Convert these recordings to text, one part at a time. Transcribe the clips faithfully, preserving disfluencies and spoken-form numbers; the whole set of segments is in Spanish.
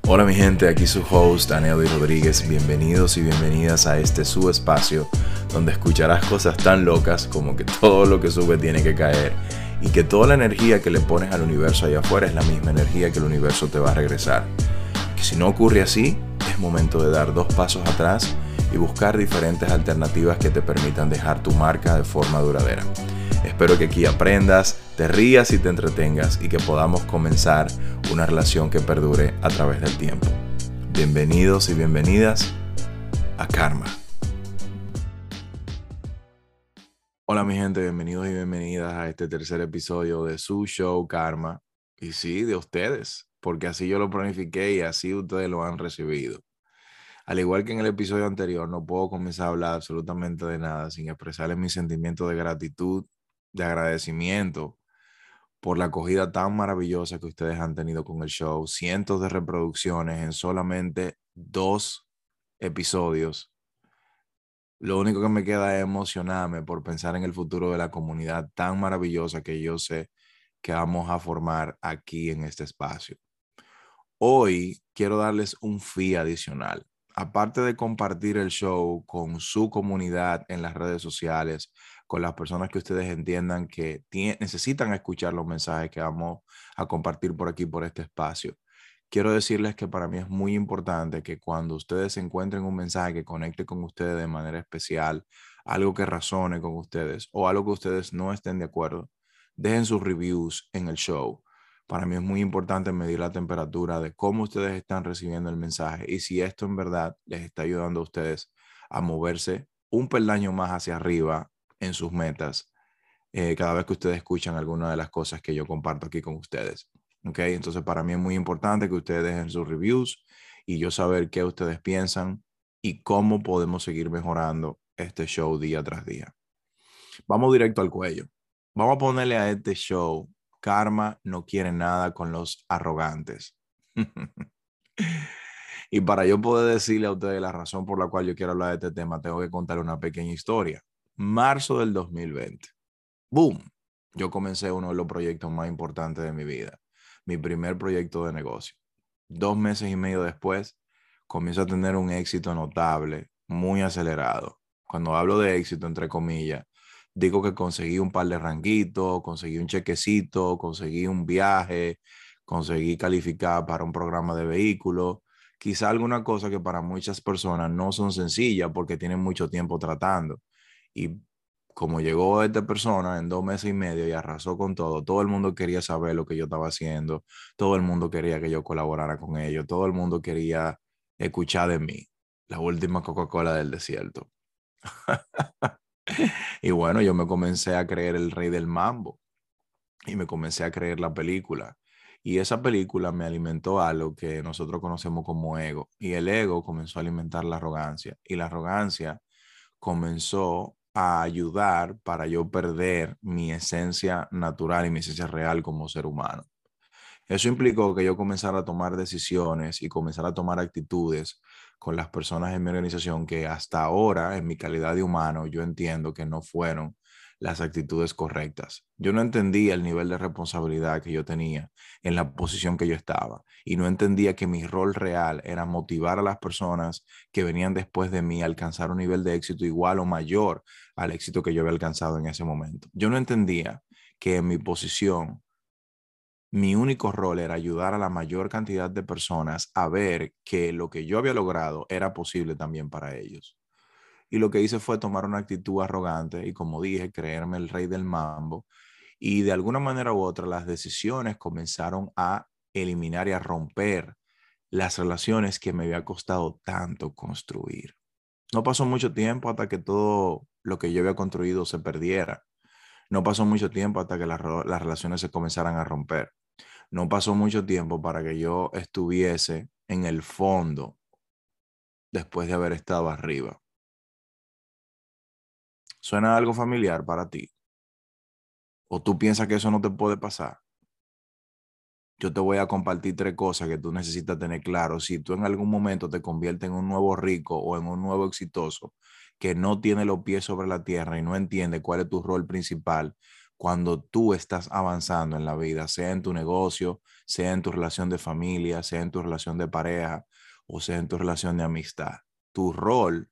Hola mi gente, aquí su host Aneudi Rodríguez. Bienvenidos y bienvenidas a este su espacio donde escucharás cosas tan locas como que todo lo que sube tiene que caer y que toda la energía que le pones al universo allá afuera es la misma energía que el universo te va a regresar. Que si no ocurre así, es momento de dar dos pasos atrás y buscar diferentes alternativas que te permitan dejar tu marca de forma duradera. Espero que aquí aprendas, te rías y te entretengas y que podamos comenzar una relación que perdure a través del tiempo. Bienvenidos y bienvenidas a Karma. Hola mi gente, bienvenidos y bienvenidas a este tercer episodio de su show Karma. Y sí, de ustedes, porque así yo lo planifiqué y así ustedes lo han recibido. Al igual que en el episodio anterior, no puedo comenzar a hablar absolutamente de nada sin expresarles mi sentimiento de gratitud, de agradecimiento por la acogida tan maravillosa que ustedes han tenido con el show. Cientos de reproducciones en solamente dos episodios. Lo único que me queda es emocionarme por pensar en el futuro de la comunidad tan maravillosa que yo sé que vamos a formar aquí en este espacio. Hoy quiero darles un fee adicional. Aparte de compartir el show con su comunidad en las redes sociales, con las personas que ustedes entiendan que necesitan escuchar los mensajes que vamos a compartir por aquí, por este espacio, quiero decirles que para mí es muy importante que cuando ustedes encuentren un mensaje que conecte con ustedes de manera especial, algo que razone con ustedes o algo que ustedes no estén de acuerdo, dejen sus reviews en el show. Para mí es muy importante medir la temperatura de cómo ustedes están recibiendo el mensaje y si esto en verdad les está ayudando a ustedes a moverse un peldaño más hacia arriba en sus metas eh, cada vez que ustedes escuchan alguna de las cosas que yo comparto aquí con ustedes. ¿Ok? Entonces para mí es muy importante que ustedes dejen sus reviews y yo saber qué ustedes piensan y cómo podemos seguir mejorando este show día tras día. Vamos directo al cuello. Vamos a ponerle a este show: Karma no quiere nada con los arrogantes. Y para yo poder decirle a ustedes la razón por la cual yo quiero hablar de este tema, tengo que contar una pequeña historia. Marzo del dos mil veinte. ¡Boom! Yo comencé uno de los proyectos más importantes de mi vida. Mi primer proyecto de negocio. Dos meses y medio después, comienzo a tener un éxito notable, muy acelerado. Cuando hablo de éxito, entre comillas, digo que conseguí un par de ranguitos, conseguí un chequecito, conseguí un viaje, conseguí calificar para un programa de vehículos. Quizá alguna cosa que para muchas personas no son sencillas porque tienen mucho tiempo tratando. Y como llegó esta persona en dos meses y medio y arrasó con todo, todo el mundo quería saber lo que yo estaba haciendo, todo el mundo quería que yo colaborara con ellos, todo el mundo quería escuchar de mí, la última Coca-Cola del desierto. Y bueno, yo me comencé a creer el rey del mambo y me comencé a creer la película. Y esa película me alimentó algo que nosotros conocemos como ego. Y el ego comenzó a alimentar la arrogancia. Y la arrogancia comenzó a ayudar para yo perder mi esencia natural y mi esencia real como ser humano. Eso implicó que yo comenzara a tomar decisiones y comenzara a tomar actitudes con las personas en mi organización que hasta ahora, en mi calidad de humano, yo entiendo que no fueron las actitudes correctas. Yo no entendía el nivel de responsabilidad que yo tenía en la posición que yo estaba y no entendía que mi rol real era motivar a las personas que venían después de mí a alcanzar un nivel de éxito igual o mayor al éxito que yo había alcanzado en ese momento. Yo no entendía que en mi posición mi único rol era ayudar a la mayor cantidad de personas a ver que lo que yo había logrado era posible también para ellos. Y lo que hice fue tomar una actitud arrogante y, como dije, creerme el rey del mambo. Y de alguna manera u otra, las decisiones comenzaron a eliminar y a romper las relaciones que me había costado tanto construir. No pasó mucho tiempo hasta que todo lo que yo había construido se perdiera. No pasó mucho tiempo hasta que las, las relaciones se comenzaran a romper. No pasó mucho tiempo para que yo estuviese en el fondo después de haber estado arriba. ¿Suena algo familiar para ti? ¿O tú piensas que eso no te puede pasar? Yo te voy a compartir tres cosas que tú necesitas tener claro. Si tú en algún momento te conviertes en un nuevo rico o en un nuevo exitoso que no tiene los pies sobre la tierra y no entiende cuál es tu rol principal, cuando tú estás avanzando en la vida, sea en tu negocio, sea en tu relación de familia, sea en tu relación de pareja o sea en tu relación de amistad. Tu rol,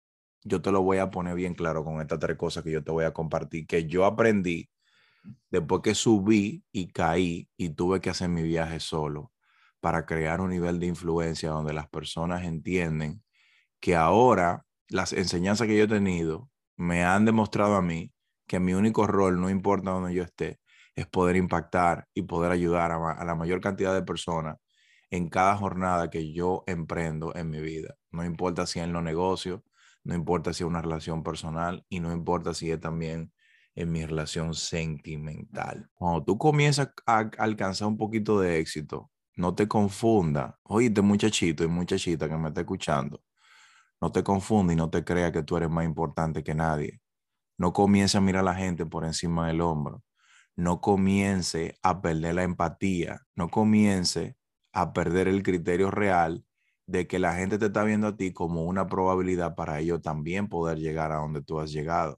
yo te lo voy a poner bien claro con estas tres cosas que yo te voy a compartir, que yo aprendí después que subí y caí y tuve que hacer mi viaje solo para crear un nivel de influencia donde las personas entienden que ahora las enseñanzas que yo he tenido me han demostrado a mí que mi único rol, no importa donde yo esté, es poder impactar y poder ayudar a, a la mayor cantidad de personas en cada jornada que yo emprendo en mi vida. No importa si es en los negocios, no importa si es una relación personal y no importa si es también en mi relación sentimental. Cuando tú comienzas a, a alcanzar un poquito de éxito, no te confunda. Oíste, muchachito y muchachita que me está escuchando, no te confunda y no te creas que tú eres más importante que nadie. No comience a mirar a la gente por encima del hombro. No comience a perder la empatía. No comience a perder el criterio real de que la gente te está viendo a ti como una probabilidad para ellos también poder llegar a donde tú has llegado.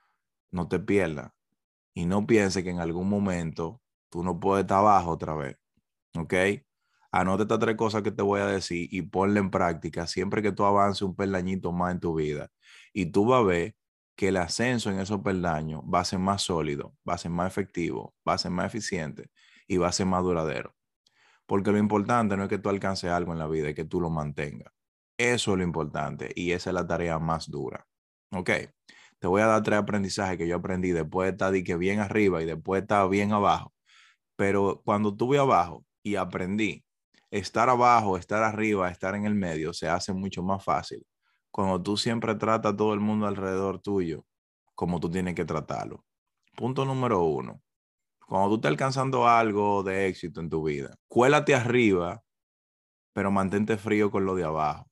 No te pierdas. Y no piense que en algún momento tú no puedes estar abajo otra vez. ¿Ok? Anota estas tres cosas que te voy a decir y ponla en práctica siempre que tú avances un peldañito más en tu vida. Y tú vas a ver que el ascenso en esos peldaños va a ser más sólido, va a ser más efectivo, va a ser más eficiente y va a ser más duradero. Porque lo importante no es que tú alcances algo en la vida, es que tú lo mantengas. Eso es lo importante y esa es la tarea más dura. ¿Ok? Te voy a dar tres aprendizajes que yo aprendí después de estar de que bien arriba y después de estar bien abajo. Pero cuando estuve abajo y aprendí, estar abajo, estar arriba, estar en el medio, se hace mucho más fácil. Cuando tú siempre tratas a todo el mundo alrededor tuyo, como tú tienes que tratarlo. Punto número uno. Cuando tú estás alcanzando algo de éxito en tu vida, cuélate arriba, pero mantente frío con lo de abajo.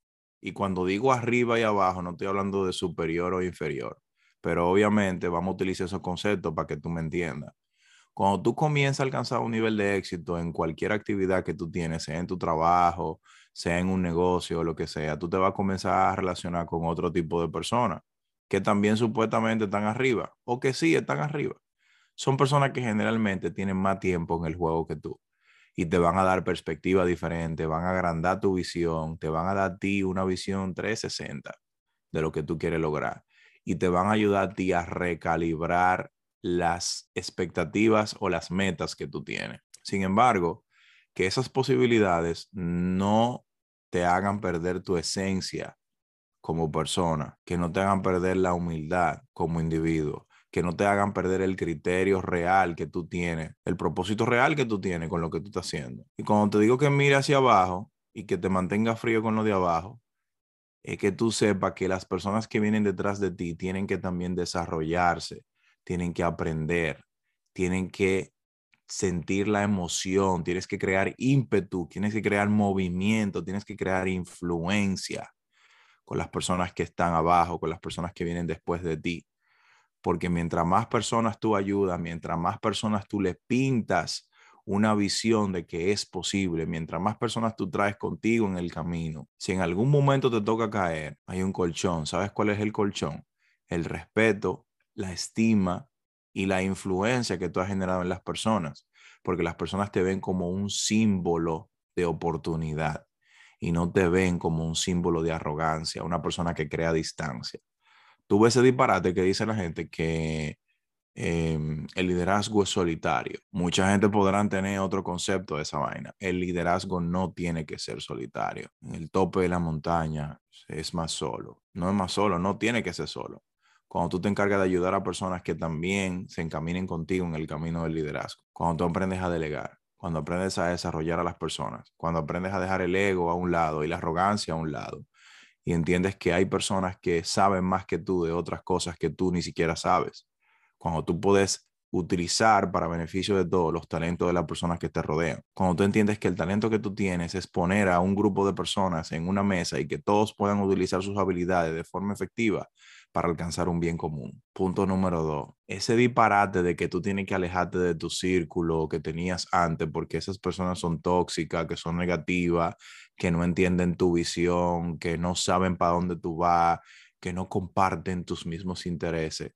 Y cuando digo arriba y abajo, no estoy hablando de superior o inferior, pero obviamente vamos a utilizar esos conceptos para que tú me entiendas. Cuando tú comienzas a alcanzar un nivel de éxito en cualquier actividad que tú tienes, sea en tu trabajo, sea en un negocio o lo que sea, tú te vas a comenzar a relacionar con otro tipo de personas que también supuestamente están arriba o que sí están arriba. Son personas que generalmente tienen más tiempo en el juego que tú y te van a dar perspectiva diferente, van a agrandar tu visión, te van a dar a ti una visión trescientos sesenta de lo que tú quieres lograr y te van a ayudar a ti a recalibrar las expectativas o las metas que tú tienes. Sin embargo, que esas posibilidades no te hagan perder tu esencia como persona, que no te hagan perder la humildad como individuo, que no te hagan perder el criterio real que tú tienes, el propósito real que tú tienes con lo que tú estás haciendo. Y cuando te digo que mire hacia abajo y que te mantenga frío con lo de abajo, es que tú sepas que las personas que vienen detrás de ti tienen que también desarrollarse, tienen que aprender, tienen que sentir la emoción, tienes que crear ímpetu, tienes que crear movimiento, tienes que crear influencia con las personas que están abajo, con las personas que vienen después de ti. Porque mientras más personas tú ayudas, mientras más personas tú le pintas una visión de que es posible, mientras más personas tú traes contigo en el camino, si en algún momento te toca caer, hay un colchón. ¿Sabes cuál es el colchón? El respeto, la estima y la influencia que tú has generado en las personas, porque las personas te ven como un símbolo de oportunidad y no te ven como un símbolo de arrogancia, una persona que crea distancia. Tú ves ese disparate que dice la gente que eh, el liderazgo es solitario. Mucha gente podrán tener otro concepto de esa vaina. El liderazgo no tiene que ser solitario. En el tope de la montaña es más solo. No es más solo, no tiene que ser solo. Cuando tú te encargas de ayudar a personas que también se encaminen contigo en el camino del liderazgo. Cuando tú aprendes a delegar. Cuando aprendes a desarrollar a las personas. Cuando aprendes a dejar el ego a un lado y la arrogancia a un lado y entiendes que hay personas que saben más que tú de otras cosas que tú ni siquiera sabes. Cuando tú puedes utilizar para beneficio de todos los talentos de las personas que te rodean. Cuando tú entiendes que el talento que tú tienes es poner a un grupo de personas en una mesa y que todos puedan utilizar sus habilidades de forma efectiva para alcanzar un bien común. Punto número dos. Ese disparate de que tú tienes que alejarte de tu círculo que tenías antes porque esas personas son tóxicas, que son negativas, que no entienden tu visión, que no saben para dónde tú vas, que no comparten tus mismos intereses.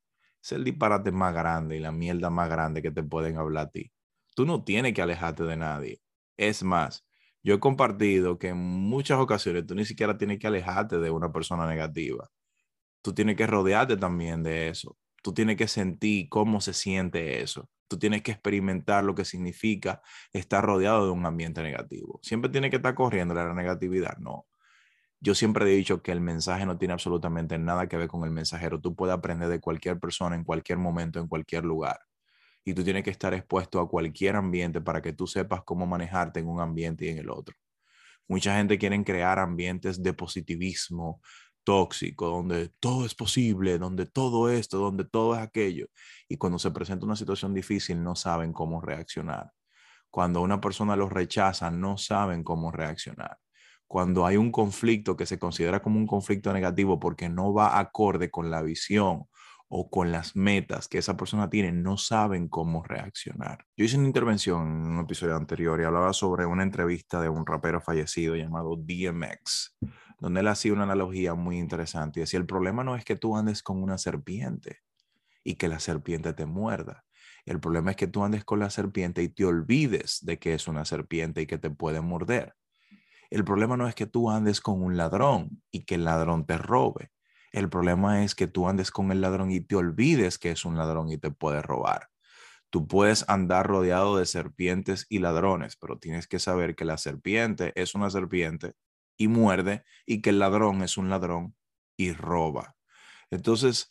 Es el disparate más grande y la mierda más grande que te pueden hablar a ti. Tú no tienes que alejarte de nadie. Es más, yo he compartido que en muchas ocasiones tú ni siquiera tienes que alejarte de una persona negativa. Tú tienes que rodearte también de eso. Tú tienes que sentir cómo se siente eso. Tú tienes que experimentar lo que significa estar rodeado de un ambiente negativo. Siempre tienes que estar corriendo la negatividad. No. Yo siempre he dicho que el mensaje no tiene absolutamente nada que ver con el mensajero. Tú puedes aprender de cualquier persona en cualquier momento, en cualquier lugar. Y tú tienes que estar expuesto a cualquier ambiente para que tú sepas cómo manejarte en un ambiente y en el otro. Mucha gente quiere crear ambientes de positivismo tóxico, donde todo es posible, donde todo esto, donde todo es aquello. Y cuando se presenta una situación difícil, no saben cómo reaccionar. Cuando una persona los rechaza, no saben cómo reaccionar. Cuando hay un conflicto que se considera como un conflicto negativo porque no va acorde con la visión o con las metas que esa persona tiene, no saben cómo reaccionar. Yo hice una intervención en un episodio anterior y hablaba sobre una entrevista de un rapero fallecido llamado D M X, donde él hacía una analogía muy interesante y decía, el problema no es que tú andes con una serpiente y que la serpiente te muerda. El problema es que tú andes con la serpiente y te olvides de que es una serpiente y que te puede morder. El problema no es que tú andes con un ladrón y que el ladrón te robe. El problema es que tú andes con el ladrón y te olvides que es un ladrón y te puede robar. Tú puedes andar rodeado de serpientes y ladrones, pero tienes que saber que la serpiente es una serpiente y muerde y que el ladrón es un ladrón y roba. Entonces,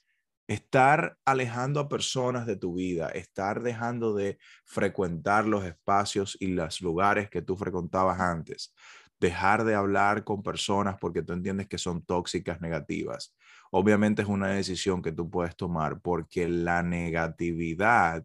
estar alejando a personas de tu vida, estar dejando de frecuentar los espacios y los lugares que tú frecuentabas antes, dejar de hablar con personas porque tú entiendes que son tóxicas, negativas. Obviamente es una decisión que tú puedes tomar porque la negatividad,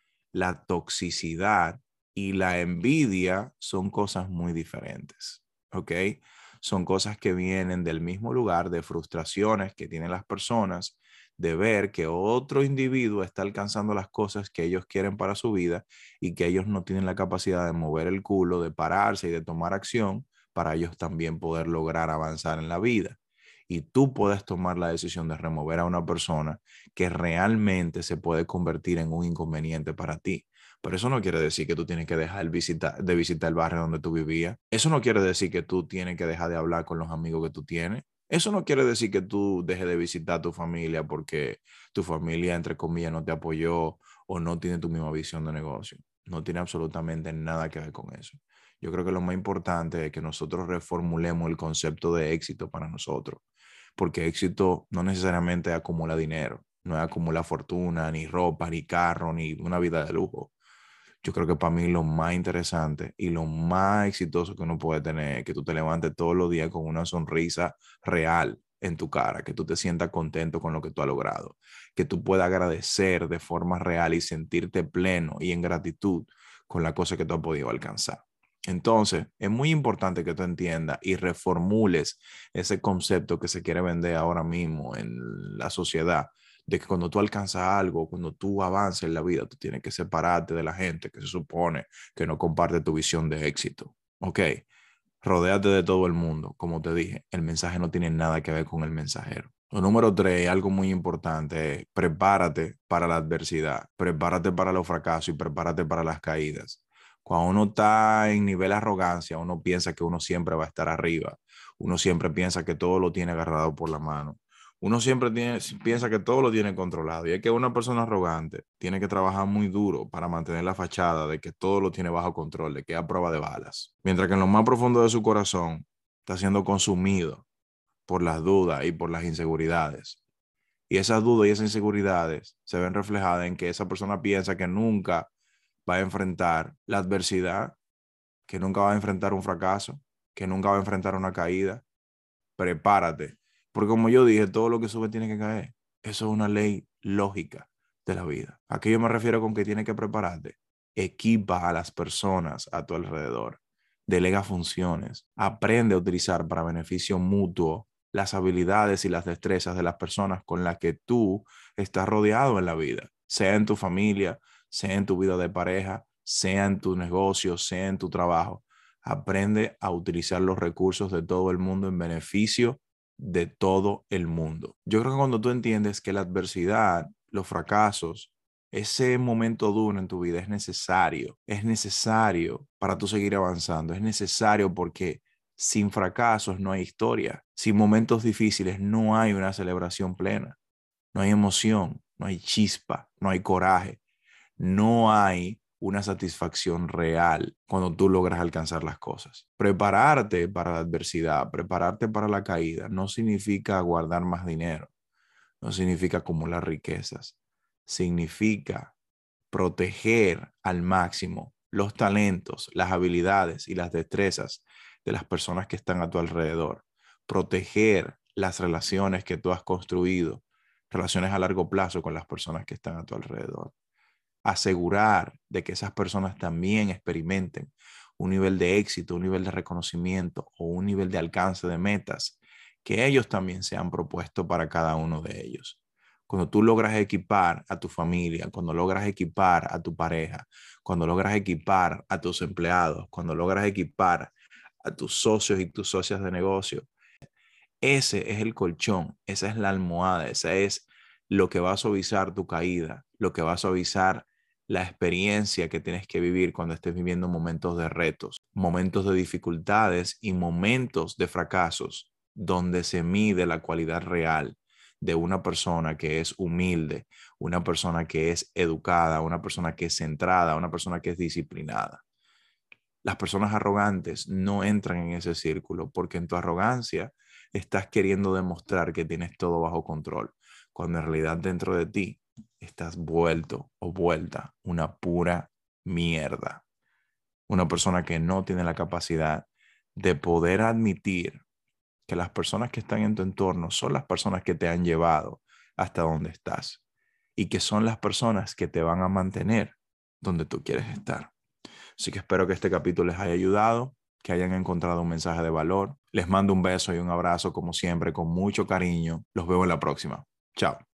la toxicidad y la envidia son cosas muy diferentes, ¿ok? Son cosas que vienen del mismo lugar de frustraciones que tienen las personas de ver que otro individuo está alcanzando las cosas que ellos quieren para su vida y que ellos no tienen la capacidad de mover el culo, de pararse y de tomar acción para ellos también poder lograr avanzar en la vida. Y tú puedes tomar la decisión de remover a una persona que realmente se puede convertir en un inconveniente para ti. Pero eso no quiere decir que tú tienes que dejar visitar, de visitar el barrio donde tú vivías. Eso no quiere decir que tú tienes que dejar de hablar con los amigos que tú tienes. Eso no quiere decir que tú dejes de visitar a tu familia porque tu familia, entre comillas, no te apoyó o no tiene tu misma visión de negocio. No tiene absolutamente nada que ver con eso. Yo creo que lo más importante es que nosotros reformulemos el concepto de éxito para nosotros, porque éxito no necesariamente acumula dinero, no acumula fortuna, ni ropa, ni carro, ni una vida de lujo. Yo creo que para mí lo más interesante y lo más exitoso que uno puede tener es que tú te levantes todos los días con una sonrisa real en tu cara, que tú te sientas contento con lo que tú has logrado, que tú puedas agradecer de forma real y sentirte pleno y en gratitud con la cosa que tú has podido alcanzar. Entonces, es muy importante que tú entiendas y reformules ese concepto que se quiere vender ahora mismo en la sociedad, de que cuando tú alcanzas algo, cuando tú avanzas en la vida, tú tienes que separarte de la gente que se supone que no comparte tu visión de éxito. Ok, rodéate de todo el mundo. Como te dije, el mensaje no tiene nada que ver con el mensajero. Lo número tres, algo muy importante, es prepárate para la adversidad, prepárate para los fracasos y prepárate para las caídas. Cuando uno está en nivel de arrogancia, uno piensa que uno siempre va a estar arriba. Uno siempre piensa que todo lo tiene agarrado por la mano. Uno siempre tiene, piensa que todo lo tiene controlado. Y es que una persona arrogante tiene que trabajar muy duro para mantener la fachada de que todo lo tiene bajo control, de que es a prueba de balas. Mientras que en lo más profundo de su corazón está siendo consumido por las dudas y por las inseguridades. Y esas dudas y esas inseguridades se ven reflejadas en que esa persona piensa que nunca va a enfrentar la adversidad, que nunca va a enfrentar un fracaso, que nunca va a enfrentar una caída. Prepárate. Porque como yo dije, todo lo que sube tiene que caer. Eso es una ley lógica de la vida. ¿A qué yo me refiero con que tienes que prepararte? Equipa a las personas a tu alrededor. Delega funciones. Aprende a utilizar para beneficio mutuo las habilidades y las destrezas de las personas con las que tú estás rodeado en la vida, sea en tu familia, sea en tu vida de pareja, sea en tu negocio, sea en tu trabajo. Aprende a utilizar los recursos de todo el mundo en beneficio de todo el mundo. Yo creo que cuando tú entiendes que la adversidad los fracasos, ese momento duro en tu vida es necesario. Es necesario para tú seguir avanzando. Es necesario porque sin fracasos no hay historia. Sin momentos difíciles no hay una celebración plena. No hay emoción, no hay chispa, no hay coraje. No hay una satisfacción real cuando tú logras alcanzar las cosas. Prepararte para la adversidad, prepararte para la caída, no significa guardar más dinero, no significa acumular riquezas, significa proteger al máximo los talentos, las habilidades y las destrezas de las personas que están a tu alrededor, proteger las relaciones que tú has construido, relaciones a largo plazo con las personas que están a tu alrededor, asegurar de que esas personas también experimenten un nivel de éxito, un nivel de reconocimiento o un nivel de alcance de metas que ellos también se han propuesto para cada uno de ellos. Cuando tú logras equipar a tu familia, cuando logras equipar a tu pareja, cuando logras equipar a tus empleados, cuando logras equipar a tus socios y tus socias de negocio, ese es el colchón, esa es la almohada, esa es lo que va a suavizar tu caída, lo que va a suavizar la experiencia que tienes que vivir cuando estés viviendo momentos de retos, momentos de dificultades y momentos de fracasos, donde se mide la cualidad real de una persona que es humilde, una persona que es educada, una persona que es centrada, una persona que es disciplinada. Las personas arrogantes no entran en ese círculo porque en tu arrogancia estás queriendo demostrar que tienes todo bajo control, cuando en realidad dentro de ti estás vuelto o vuelta una pura mierda. Una persona que no tiene la capacidad de poder admitir que las personas que están en tu entorno son las personas que te han llevado hasta donde estás y que son las personas que te van a mantener donde tú quieres estar. Así que espero que este capítulo les haya ayudado, que hayan encontrado un mensaje de valor. Les mando un beso y un abrazo como siempre, con mucho cariño. Los veo en la próxima. Chao.